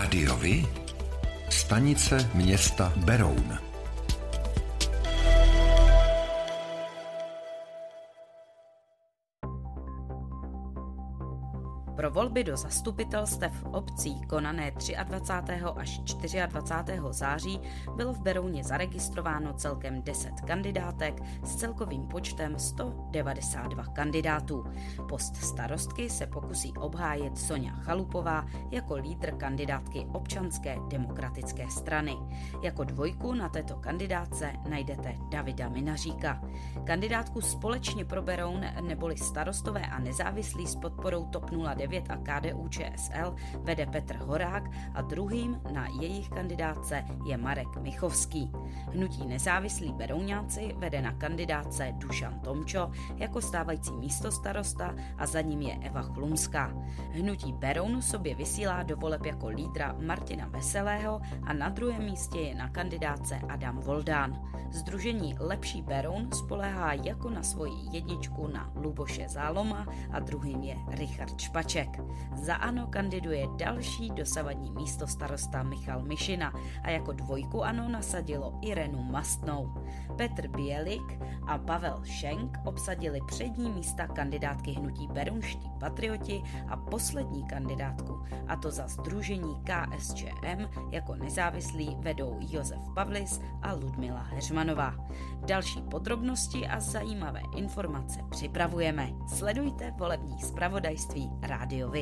Rádiovi? Stanice města Beroun. Pro volby do zastupitelstev obcí konané 23. až 24. září bylo v Berouně zaregistrováno celkem 10 kandidátek s celkovým počtem 192 kandidátů. Post starostky se pokusí obhájit Soňa Chalupová jako lídr kandidátky Občanské demokratické strany. Jako dvojku na této kandidátce najdete Davida Minaříka. Kandidátku Společně pro Beroun neboli Starostové a nezávislí s podporou TOP 09 a KDU-ČSL vede Petr Horák a druhým na jejich kandidátce je Marek Michovský. Hnutí Nezávislí Berouňáci vede na kandidátce Dušan Tomčo jako stávající místostarosta a za ním je Eva Chlumská. Hnutí Beroun sobě vysílá do voleb jako lídra Martina Veselého a na druhém místě je na kandidátce Adam Voldán. Sdružení Lepší Beroun spoléhá jako na svoji jedničku na Luboše Záloma a druhým je Richard Špaček. Za ANO kandiduje další dosavadní místostarosta Michal Mišina a jako dvojku ANO nasadilo Irenu Mastnou. Petr Bělik a Pavel Šenk obsadili přední místa kandidátky hnutí Berounští patrioti a poslední kandidátku, a to za sdružení KSČM jako nezávislí vedou Josef Pavlis a Ludmila Heřmanová. Další podrobnosti a zajímavé informace připravujeme. Sledujte volební zpravodajství Rádiovi.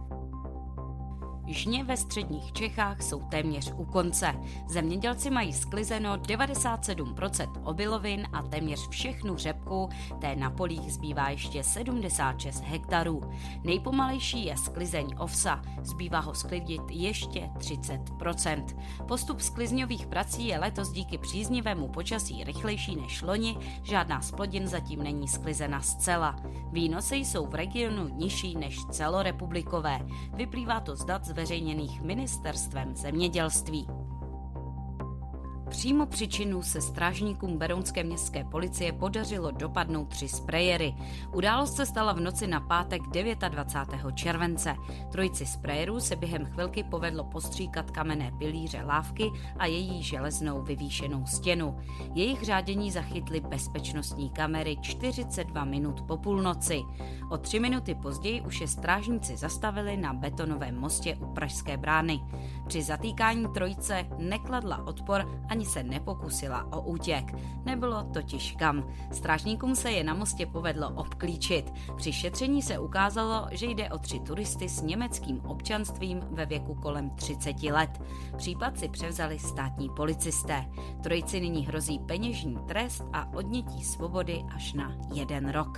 Žně ve středních Čechách jsou téměř u konce. Zemědělci mají sklizeno 97% obilovin a téměř všechnu řepku, té na polích zbývá ještě 76 hektarů. Nejpomalejší je sklizeň ovsa, zbývá ho sklidit ještě 30%. Postup sklizňových prací je letos díky příznivému počasí rychlejší než loni, žádná z plodin zatím není sklizena zcela. Výnosy jsou v regionu nižší než celorepublikové. Vyplývá to z dat zveřejněných ministerstvem zemědělství. Přímo při činu se strážníkům berounské městské policie podařilo dopadnout 3 sprejery. Událost se stala v noci na pátek 29. července. Trojici sprejerů se během chvilky povedlo postříkat kamenné pilíře lávky a její železnou vyvýšenou stěnu. Jejich řádění zachytly bezpečnostní kamery 42 minut po půlnoci. O 3 minuty později už je strážníci zastavili na betonovém mostě u Pražské brány. Při zatýkání trojice nekladla odpor ani se nepokusila o útěk. Nebylo totiž kam. Strážníkům se je na mostě povedlo obklíčit. Při šetření se ukázalo, že jde o 3 turisty s německým občanstvím ve věku kolem 30 let. Případ si převzali státní policisté. Trojici nyní hrozí peněžní trest a odnětí svobody až na 1 rok.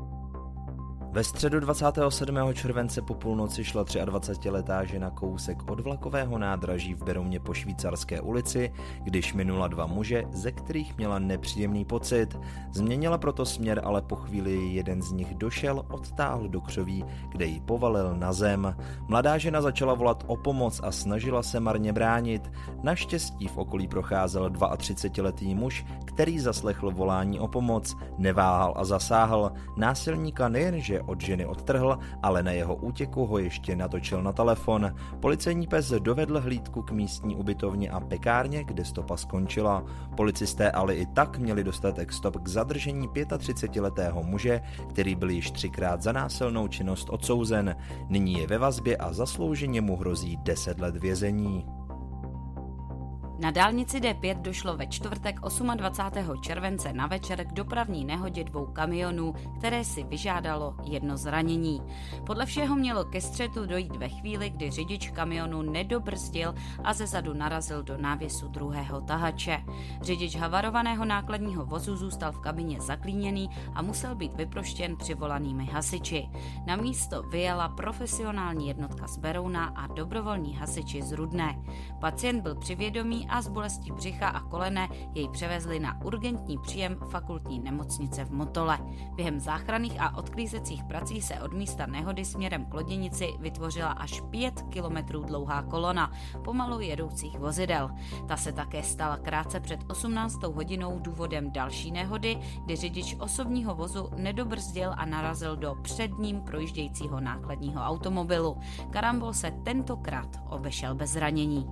Ve středu 27. července po půlnoci šla 23letá žena kousek od vlakového nádraží v Berouně po Švýcarské ulici, když minula 2 muže, ze kterých měla nepříjemný pocit. Změnila proto směr, ale po chvíli jeden z nich došel, odtáhl do křoví, kde ji povalil na zem. Mladá žena začala volat o pomoc a snažila se marně bránit. Naštěstí v okolí procházel 32letý muž, který zaslechl volání o pomoc, neváhal a zasáhl. Násilníka nejenže od ženy odtrhl, ale na jeho útěku ho ještě natočil na telefon. Policejní pes dovedl hlídku k místní ubytovně a pekárně, kde stopa skončila. Policisté ale i tak měli dostatek stop k zadržení 35letého muže, který byl již 3krát za násilnou činnost odsouzen. Nyní je ve vazbě a zaslouženě mu hrozí 10 let vězení. Na dálnici D5 došlo ve čtvrtek 28. července na večer k dopravní nehodě 2 kamionů, které si vyžádalo 1 zranění. Podle všeho mělo ke střetu dojít ve chvíli, kdy řidič kamionu nedobrzdil a zezadu narazil do návěsu druhého tahače. Řidič havarovaného nákladního vozu zůstal v kabině zaklíněný a musel být vyproštěn přivolanými hasiči. Na místo vyjela profesionální jednotka z Berouna a dobrovolní hasiči z Rudné. Pacient byl při vědomí zranění a s bolestí břicha a kolene jej převezli na urgentní příjem fakultní nemocnice v Motole. Během záchranných a odklízecích prací se od místa nehody směrem k loděnici vytvořila až 5 kilometrů dlouhá kolona pomalu jedoucích vozidel. Ta se také stala krátce před 18. hodinou důvodem další nehody, kdy řidič osobního vozu nedobrzdil a narazil do před ním projíždějícího nákladního automobilu. Karambol se tentokrát obešel bez zranění.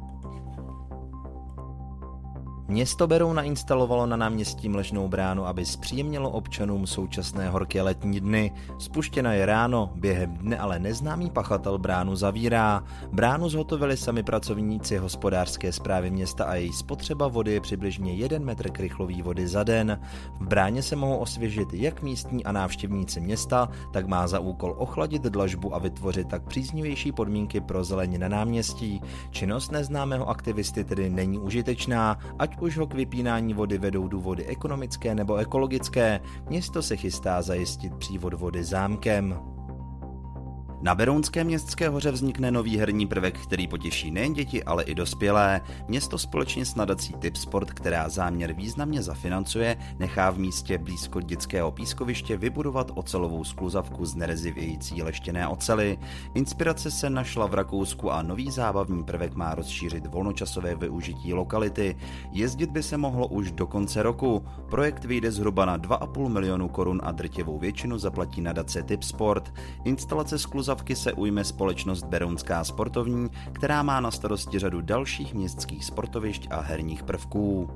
Město Beroun nainstalovalo na náměstí mlečnou bránu, aby zpříjemnilo občanům současné horké letní dny. Spuštěna je ráno, během dne ale neznámý pachatel bránu zavírá. Bránu zhotovili sami pracovníci hospodářské správy města a její spotřeba vody je přibližně 1 metr krychlový vody za den. V bráně se mohou osvěžit jak místní a návštěvníci města, tak má za úkol ochladit dlažbu a vytvořit tak příznivější podmínky pro zeleň na náměstí. Činnost neznámého aktivisty tedy není užitečná, ať už ho k vypínání vody vedou důvody ekonomické nebo ekologické, město se chystá zajistit přívod vody zámkem. Na Berounské městské hoře vznikne nový herní prvek, který potěší nejen děti, ale i dospělé. Město společně s nadací Tip Sport, která záměr významně zafinancuje, nechá v místě blízko dětského pískoviště vybudovat ocelovou skluzavku z nerezivějící leštěné ocely. Inspirace se našla v Rakousku a nový zábavní prvek má rozšířit volnočasové využití lokality. Jezdit by se mohlo už do konce roku. Projekt vyjde zhruba na 2,5 milionu korun a drtivou většinu zaplatí nadace Tip Sport. Instalace skluzavky se ujme společnost Berounská sportovní, která má na starosti řadu dalších městských sportovišť a herních prvků.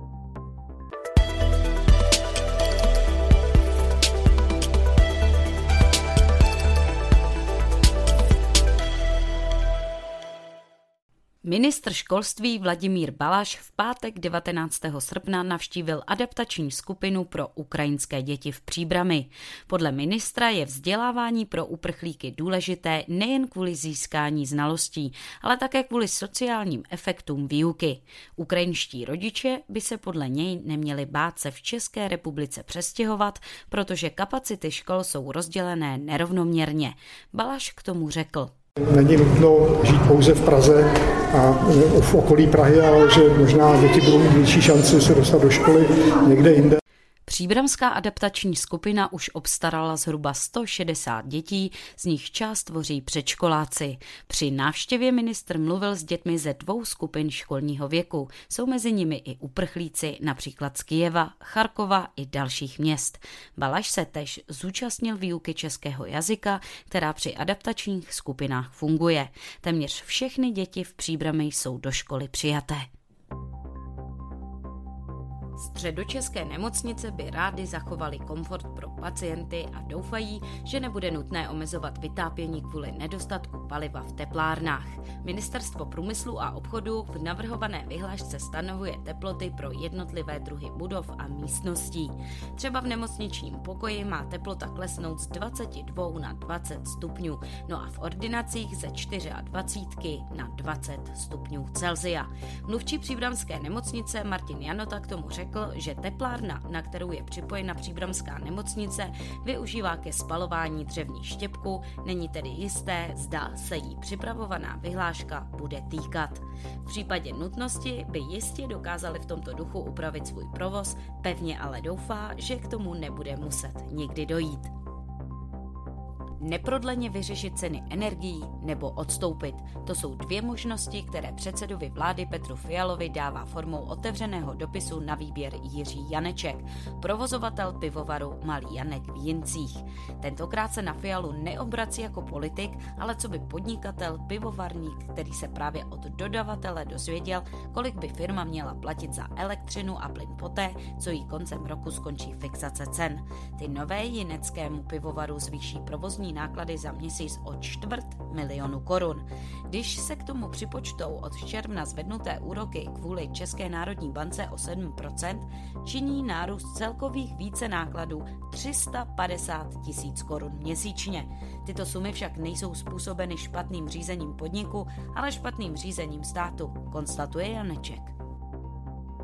Ministr školství Vladimír Balaš v pátek 19. srpna navštívil adaptační skupinu pro ukrajinské děti v Příbrami. Podle ministra je vzdělávání pro uprchlíky důležité nejen kvůli získání znalostí, ale také kvůli sociálním efektům výuky. Ukrajinští rodiče by se podle něj neměli bát se v České republice přestěhovat, protože kapacity škol jsou rozdělené nerovnoměrně. Balaš k tomu řekl: Není nutno žít pouze v Praze a v okolí Prahy, ale že možná děti budou mít větší šanci se dostat do školy někde jinde. Příbramská adaptační skupina už obstarala zhruba 160 dětí, z nich část tvoří předškoláci. Při návštěvě ministr mluvil s dětmi ze 2 skupin školního věku. Jsou mezi nimi i uprchlíci, například z Kyjeva, Charkova i dalších měst. Balaš se též zúčastnil výuky českého jazyka, která při adaptačních skupinách funguje. Téměř všechny děti v Příbrami jsou do školy přijaté. Středočeské nemocnice by rády zachovali komfort pro pacienty a doufají, že nebude nutné omezovat vytápění kvůli nedostatku paliva v teplárnách. Ministerstvo průmyslu a obchodu v navrhované vyhlášce stanovuje teploty pro jednotlivé druhy budov a místností. Třeba v nemocničním pokoji má teplota klesnout z 22 na 20 stupňů, no a v ordinacích ze 24 na 20 stupňů Celsia. Mluvčí příbramské nemocnice Martin Janota k tomu řekl, že teplárna, na kterou je připojena příbramská nemocnice, využívá ke spalování dřevní štěpku, není tedy jisté, zda se jí připravovaná vyhláška bude týkat. V případě nutnosti by jistě dokázali v tomto duchu upravit svůj provoz, pevně ale doufá, že k tomu nebude muset nikdy dojít. Neprodleně vyřešit ceny energií nebo odstoupit. To jsou 2 možnosti, které předsedovi vlády Petru Fialovi dává formou otevřeného dopisu na výběr Jiří Janeček, provozovatel pivovaru Malý Janek v Jincích. Tentokrát se na Fialu neobrací jako politik, ale coby podnikatel, pivovarník, který se právě od dodavatele dozvěděl, kolik by firma měla platit za elektřinu a plyn poté, co jí koncem roku skončí fixace cen. Ty nové jineckému pivovaru zvýší provozní náklady za měsíc o 250 000 korun. Když se k tomu připočtou od června zvednuté úroky kvůli České národní bance o 7%, činí nárůst celkových více nákladů 350 000 korun měsíčně. Tyto sumy však nejsou způsobeny špatným řízením podniku, ale špatným řízením státu, konstatuje Janeček.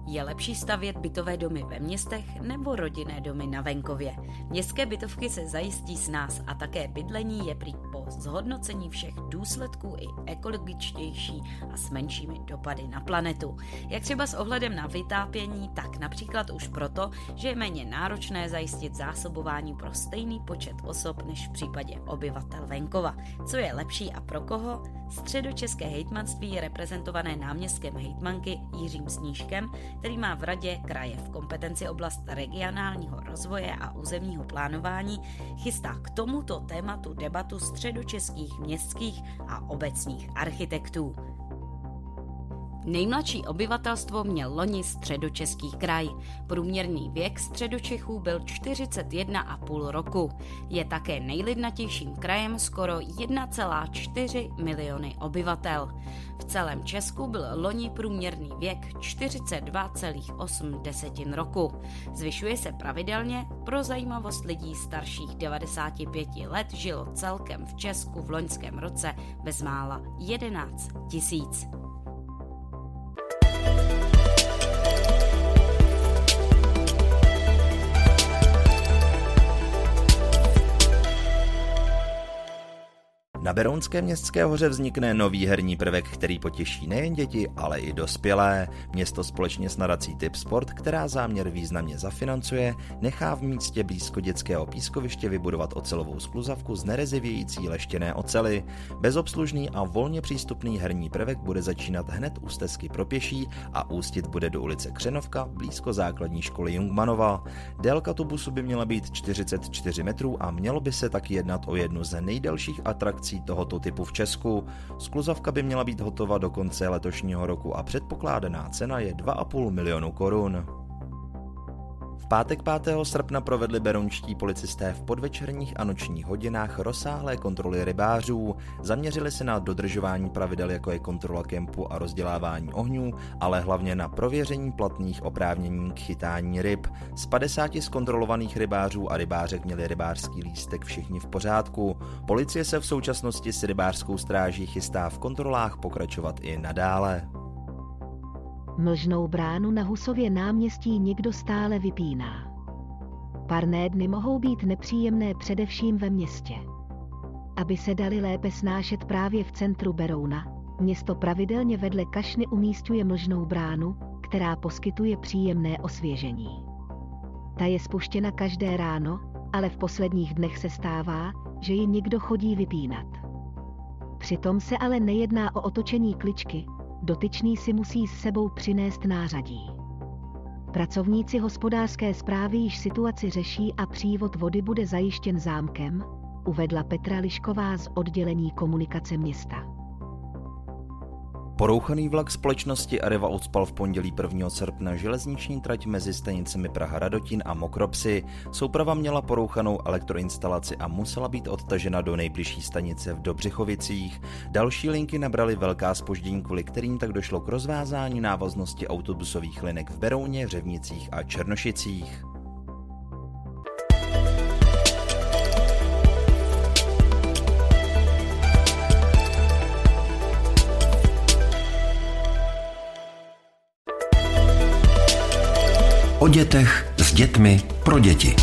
Je lepší stavět bytové domy ve městech nebo rodinné domy na venkově? Městské bytovky se zajistí snáz a také bydlení je prý po zhodnocení všech důsledků i ekologičtější a s menšími dopady na planetu. Jak třeba s ohledem na vytápění, tak například už proto, že je méně náročné zajistit zásobování pro stejný počet osob než v případě obyvatel venkova. Co je lepší a pro koho? Středočeské hejtmanství je reprezentované náměstkem hejtmanky Jiřím Snížkem, který má v radě kraje v kompetenci oblast regionálního rozvoje a územního plánování, chystá k tomuto tématu debatu středočeských městských a obecních architektů. Nejmladší obyvatelstvo měl loni Středočeský kraj. Průměrný věk Středočechů byl 41,5 roku. Je také nejlidnatějším krajem skoro 1,4 miliony obyvatel. V celém Česku byl loni průměrný věk 42,8 roku. Zvyšuje se pravidelně, pro zajímavost lidí starších 95 let žilo celkem v Česku v loňském roce bezmála 11 000. Na Berounské městské hoře vznikne nový herní prvek, který potěší nejen děti, ale i dospělé. Město společně s nadací Typ Sport, která záměr významně zafinancuje, nechá v místě blízko dětského pískoviště vybudovat ocelovou skluzavku z nerezivějící leštěné ocely. Bezobslužný a volně přístupný herní prvek bude začínat hned u stezky pro pěší a ústit bude do ulice Křenovka blízko základní školy Jungmannova. Délka tubusu by měla být 44 metrů a mělo by se taky jednat o jednu z nejdelších atrakcí tohoto typu v Česku. Skluzavka by měla být hotova do konce letošního roku a předpokládaná cena je 2,5 milionu korun. V pátek 5. srpna provedli berounští policisté v podvečerních a nočních hodinách rozsáhlé kontroly rybářů. Zaměřili se na dodržování pravidel, jako je kontrola kempu a rozdělávání ohňů, ale hlavně na prověření platných oprávnění k chytání ryb. Z 50 zkontrolovaných rybářů a rybářek měli rybářský lístek všichni v pořádku. Policie se v současnosti s rybářskou stráží chystá v kontrolách pokračovat i nadále. Mlžnou bránu na Husově náměstí někdo stále vypíná. Parné dny mohou být nepříjemné především ve městě. Aby se dali lépe snášet právě v centru Berouna, město pravidelně vedle kašny umísťuje mlžnou bránu, která poskytuje příjemné osvěžení. Ta je spuštěna každé ráno, ale v posledních dnech se stává, že ji někdo chodí vypínat. Přitom se ale nejedná o otočení kličky, dotyčný si musí s sebou přinést nářadí. Pracovníci hospodářské správy již situaci řeší a přívod vody bude zajištěn zámkem, uvedla Petra Lišková z oddělení komunikace města. Porouchaný vlak společnosti Arriva ucpal v pondělí 1. srpna železniční trať mezi stanicemi Praha-Radotín a Mokropsy. Souprava měla porouchanou elektroinstalaci a musela být odtažena do nejbližší stanice v Dobřichovicích. Další linky nabraly velká zpoždění, kvůli kterým tak došlo k rozvázání návaznosti autobusových linek v Berouně, Řevnicích a Černošicích. O dětech, s dětmi, pro děti.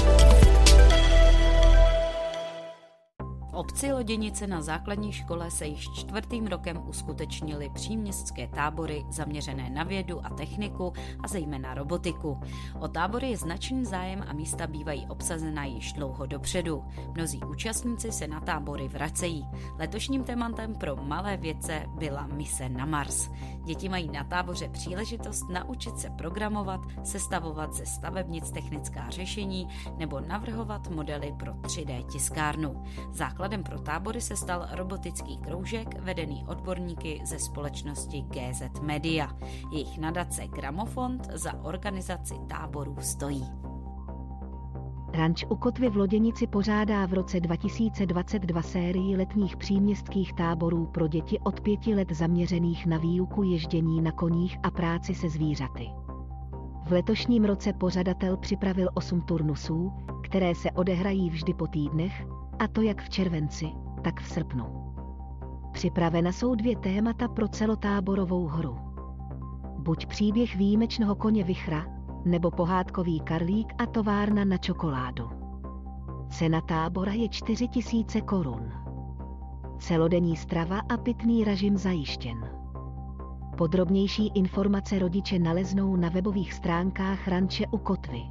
V obci Loděnice na základní škole se již 4. rokem uskutečnily příměstské tábory zaměřené na vědu a techniku a zejména robotiku. O tábory je značný zájem a místa bývají obsazena již dlouho dopředu. Mnozí účastníci se na tábory vracejí. Letošním tématem pro malé vědce byla mise na Mars. Děti mají na táboře příležitost naučit se programovat, sestavovat ze stavebnic technická řešení nebo navrhovat modely pro 3D tiskárnu. Základem pro tábory se stal robotický kroužek vedený odborníky ze společnosti GZ Media. Jejich nadace Gramofond za organizaci táborů stojí. Ranč u Kotvy v Loděnici pořádá v roce 2022 sérii letních příměstských táborů pro děti od 5 let zaměřených na výuku ježdění na koních a práci se zvířaty. V letošním roce pořadatel připravil 8 turnusů, které se odehrají vždy po týdnech, a to jak v červenci, tak v srpnu. Připravena jsou 2 témata pro celotáborovou hru. Buď příběh výjimečného koně Vichra, nebo pohádkový Karlík a továrna na čokoládu. Cena tábora je 4 000 korun. Celodenní strava a pitný režim zajištěn. Podrobnější informace rodiče naleznou na webových stránkách ranče u Kotvy.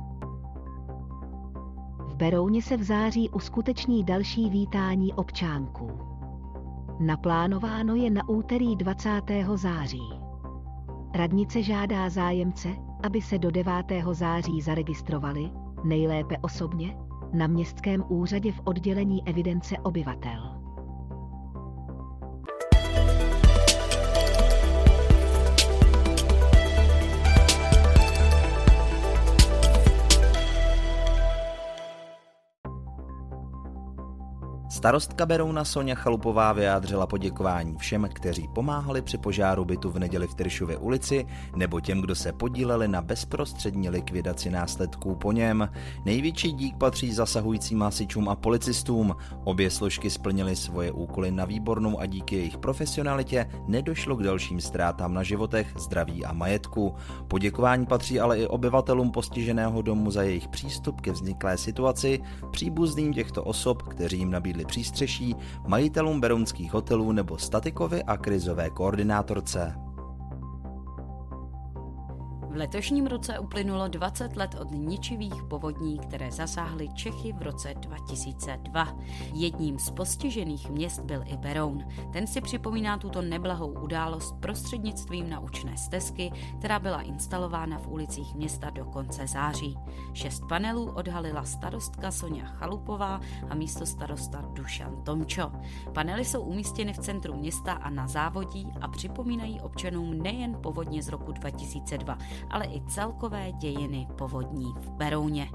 V Berouně se v září uskuteční další vítání občánků. Naplánováno je na úterý 20. září. Radnice žádá zájemce, aby se do 9. září zaregistrovali, nejlépe osobně, na městském úřadě v oddělení evidence obyvatel. Starostka Berouna Soňa Chalupová vyjádřila poděkování všem, kteří pomáhali při požáru bytu v neděli v Tyršově ulici, nebo těm, kdo se podíleli na bezprostřední likvidaci následků po něm. Největší dík patří zasahujícím hasičům a policistům. Obě složky splnily svoje úkoly na výbornou a díky jejich profesionalitě nedošlo k dalším ztrátám na životech, zdraví a majetku. Poděkování patří ale i obyvatelům postiženého domu za jejich přístup ke vzniklé situaci, příbuzným těchto osob, kteří jim nabídli přístřeší, majitelům berounských hotelů nebo statikovi a krizové koordinátorce. V letošním roce uplynulo 20 let od ničivých povodní, které zasáhly Čechy v roce 2002. Jedním z postižených měst byl i Beroun. Ten si připomíná tuto neblahou událost prostřednictvím naučné stezky, která byla instalována v ulicích města do konce září. 6 panelů odhalila starostka Soňa Chalupová a místostarosta Dušan Tomčo. Panely jsou umístěny v centru města a na závodí a připomínají občanům nejen povodně z roku 2002, ale i celkové dějiny povodní v Berouně.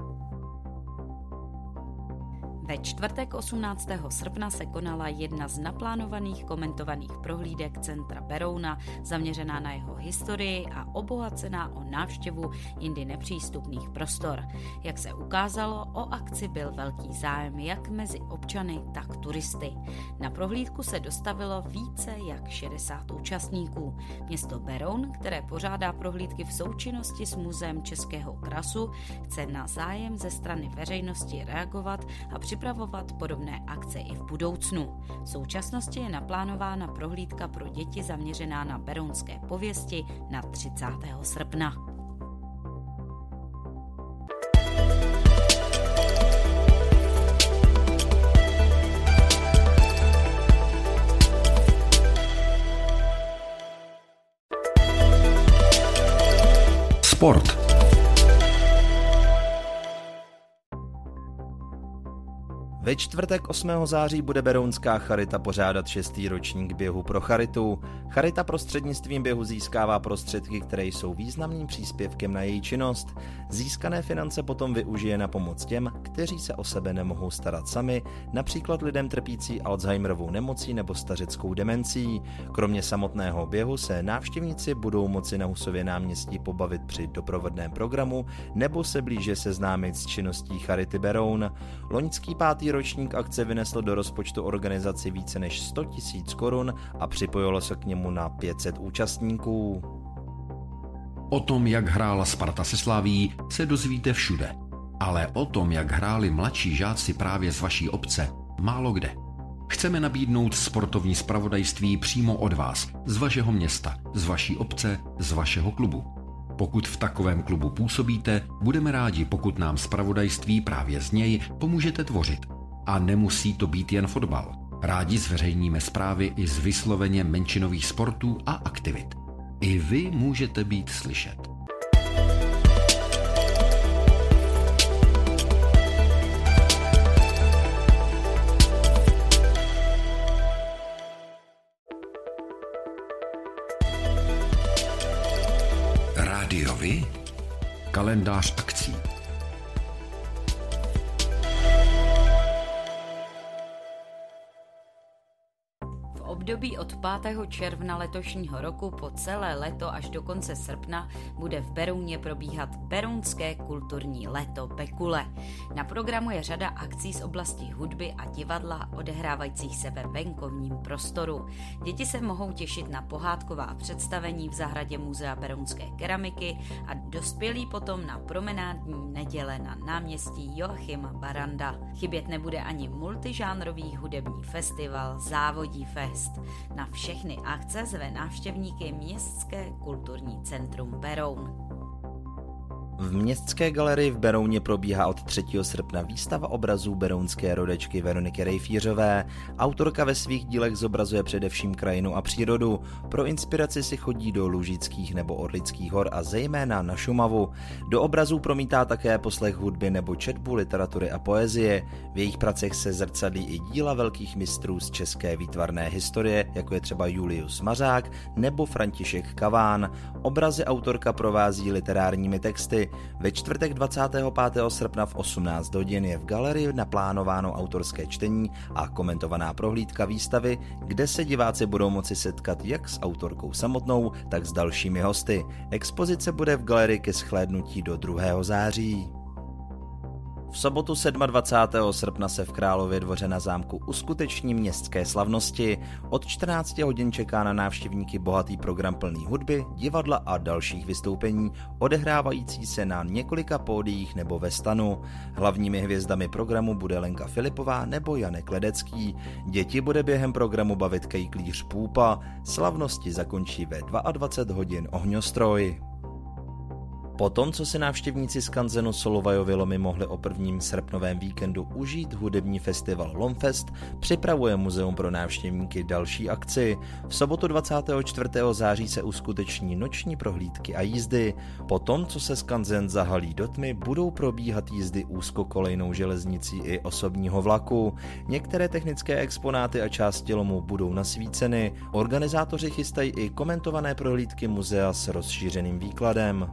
Ve čtvrtek 18. srpna se konala jedna z naplánovaných komentovaných prohlídek centra Berouna, zaměřená na jeho historii a obohacená o návštěvu jindy nepřístupných prostor. Jak se ukázalo, o akci byl velký zájem jak mezi občany, tak turisty. Na prohlídku se dostavilo více jak 60 účastníků. Město Beroun, které pořádá prohlídky v součinnosti s Muzeem českého krasu, chce na zájem ze strany veřejnosti reagovat a připravovat podobné akce i v budoucnu. V současnosti je naplánována prohlídka pro děti zaměřená na berounské pověsti na 30. srpna. Sport. Ve čtvrtek 8. září bude Berounská charita pořádat 6. ročník běhu pro charitu. Charita prostřednictvím běhu získává prostředky, které jsou významným příspěvkem na její činnost. Získané finance potom využije na pomoc těm, kteří se o sebe nemohou starat sami, například lidem trpící Alzheimerovou nemocí nebo stařeckou demencí. Kromě samotného běhu se návštěvníci budou moci na Husově náměstí pobavit při doprovodném programu nebo se blíže seznámit s činností Charity Beroun. Loňský 5. ročník akce vynesl do rozpočtu organizaci více než 100 000 korun a připojilo se k němu na 500 účastníků. O tom, jak hrála Sparta se Slavií, se dozvíte všude. Ale o tom, jak hráli mladší žáci právě z vaší obce, málo kde. Chceme nabídnout sportovní zpravodajství přímo od vás, z vašeho města, z vaší obce, z vašeho klubu. Pokud v takovém klubu působíte, budeme rádi, pokud nám zpravodajství právě z něj pomůžete tvořit. A nemusí to být jen fotbal. Rádi zveřejníme zprávy i z vysloveně menšinových sportů a aktivit. I vy můžete být slyšet. Rádiovi? Kalendář akcí. V období od 5. června letošního roku po celé léto až do konce srpna bude v Berouně probíhat Berounské kulturní léto Bekule. Na programu je řada akcí z oblasti hudby a divadla odehrávajících se ve venkovním prostoru. Děti se mohou těšit na pohádková představení v zahradě Muzea berounské keramiky a dospělí potom na promenádní neděle na náměstí Joachima Baranda. Chybět nebude ani multižánrový hudební festival Závodí Fest. Na všechny akce zve návštěvníky Městské kulturní centrum Beroun. V Městské galerii v Berouně probíhá od 3. srpna výstava obrazů berounské rodečky Veroniky Rejfířové. Autorka ve svých dílech zobrazuje především krajinu a přírodu. Pro inspiraci si chodí do Lužických nebo Orlických hor a zejména na Šumavu. Do obrazů promítá také poslech hudby nebo četbu literatury a poezie. V jejich pracech se zrcadlí i díla velkých mistrů z české výtvarné historie, jako je třeba Julius Mařák nebo František Kaván. Obrazy autorka provází literárními texty. Ve čtvrtek 25. srpna v 18 hodin je v galerii naplánováno autorské čtení a komentovaná prohlídka výstavy, kde se diváci budou moci setkat jak s autorkou samotnou, tak s dalšími hosty. Expozice bude v galerii ke shlédnutí do 2. září. V sobotu 27. srpna se v Králově dvoře na zámku uskuteční městské slavnosti. Od 14 hodin čeká na návštěvníky bohatý program plný hudby, divadla a dalších vystoupení, odehrávající se na několika pódiích nebo ve stanu. Hlavními hvězdami programu bude Lenka Filipová nebo Janek Ledecký. Děti bude během programu bavit kejklíř Půpa. Slavnosti zakončí ve 22 hodin ohňostroj. Po tom, co si návštěvníci z kanzenu Solovajovy Lomy mohli o 1. srpnovém víkendu užít hudební festival Lomfest, připravuje muzeum pro návštěvníky další akci. V sobotu 24. září se uskuteční noční prohlídky a jízdy. Po tom, co se z kanzen zahalí do tmy, budou probíhat jízdy úzkokolejnou železnicí i osobního vlaku. Některé technické exponáty a části lomu budou nasvíceny. Organizátoři chystají i komentované prohlídky muzea s rozšířeným výkladem.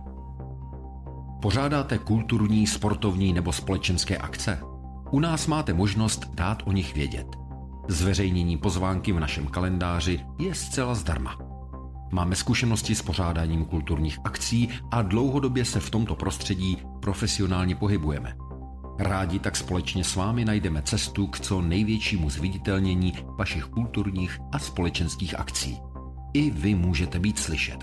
Pořádáte kulturní, sportovní nebo společenské akce? U nás máte možnost dát o nich vědět. Zveřejnění pozvánky v našem kalendáři je zcela zdarma. Máme zkušenosti s pořádáním kulturních akcí a dlouhodobě se v tomto prostředí profesionálně pohybujeme. Rádi tak společně s vámi najdeme cestu k co největšímu zviditelnění vašich kulturních a společenských akcí. I vy můžete být slyšet.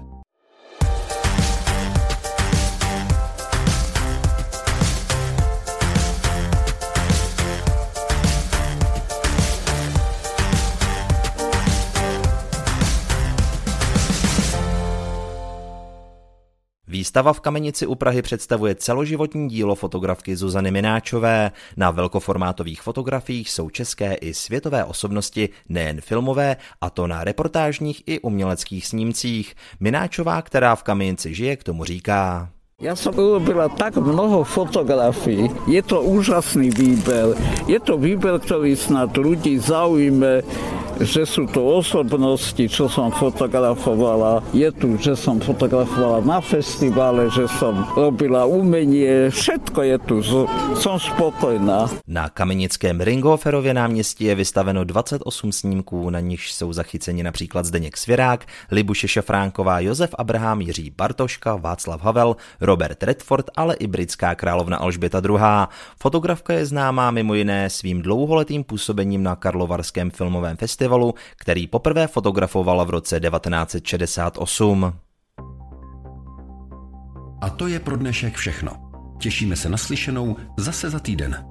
Výstava v Kamenici u Prahy představuje celoživotní dílo fotografky Zuzany Mináčové. Na velkoformátových fotografiích jsou české i světové osobnosti, nejen filmové, a to na reportážních i uměleckých snímcích. Mináčová, která v Kamenici žije, k tomu říká: Ja som urobila tak mnoho fotografií. Je to úžasný výber. Je to výber, ktorý snad ľudí zaujme, že sú to osobnosti, čo som fotografovala. Je tu, že som fotografovala na festivale, že som robila umenie. Všetko je tu. Som spokojná. Na kamenickém Ringhoferově náměstí je vystaveno 28 snímků, na nichž jsou zachyceni například Zdeněk Svěrák, Libuše Šafránková, Josef Abraham, Jiří Bartoška, Václav Havel, Robert Redford, ale i britská královna Alžběta II. Fotografka je známá mimo jiné svým dlouholetým působením na Karlovarském filmovém festivalu, který poprvé fotografovala v roce 1968. A to je pro dnešek všechno. Těšíme se na slyšenou zase za týden.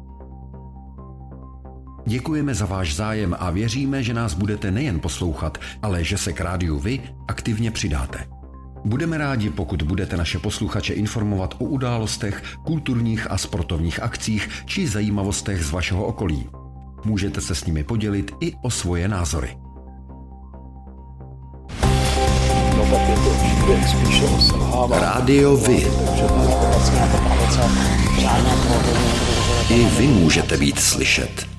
Děkujeme za váš zájem a věříme, že nás budete nejen poslouchat, ale že se k rádiu Vy aktivně přidáte. Budeme rádi, pokud budete naše posluchače informovat o událostech, kulturních a sportovních akcích či zajímavostech z vašeho okolí. Můžete se s nimi podělit i o svoje názory. Rádio Vy. I vy můžete být slyšet.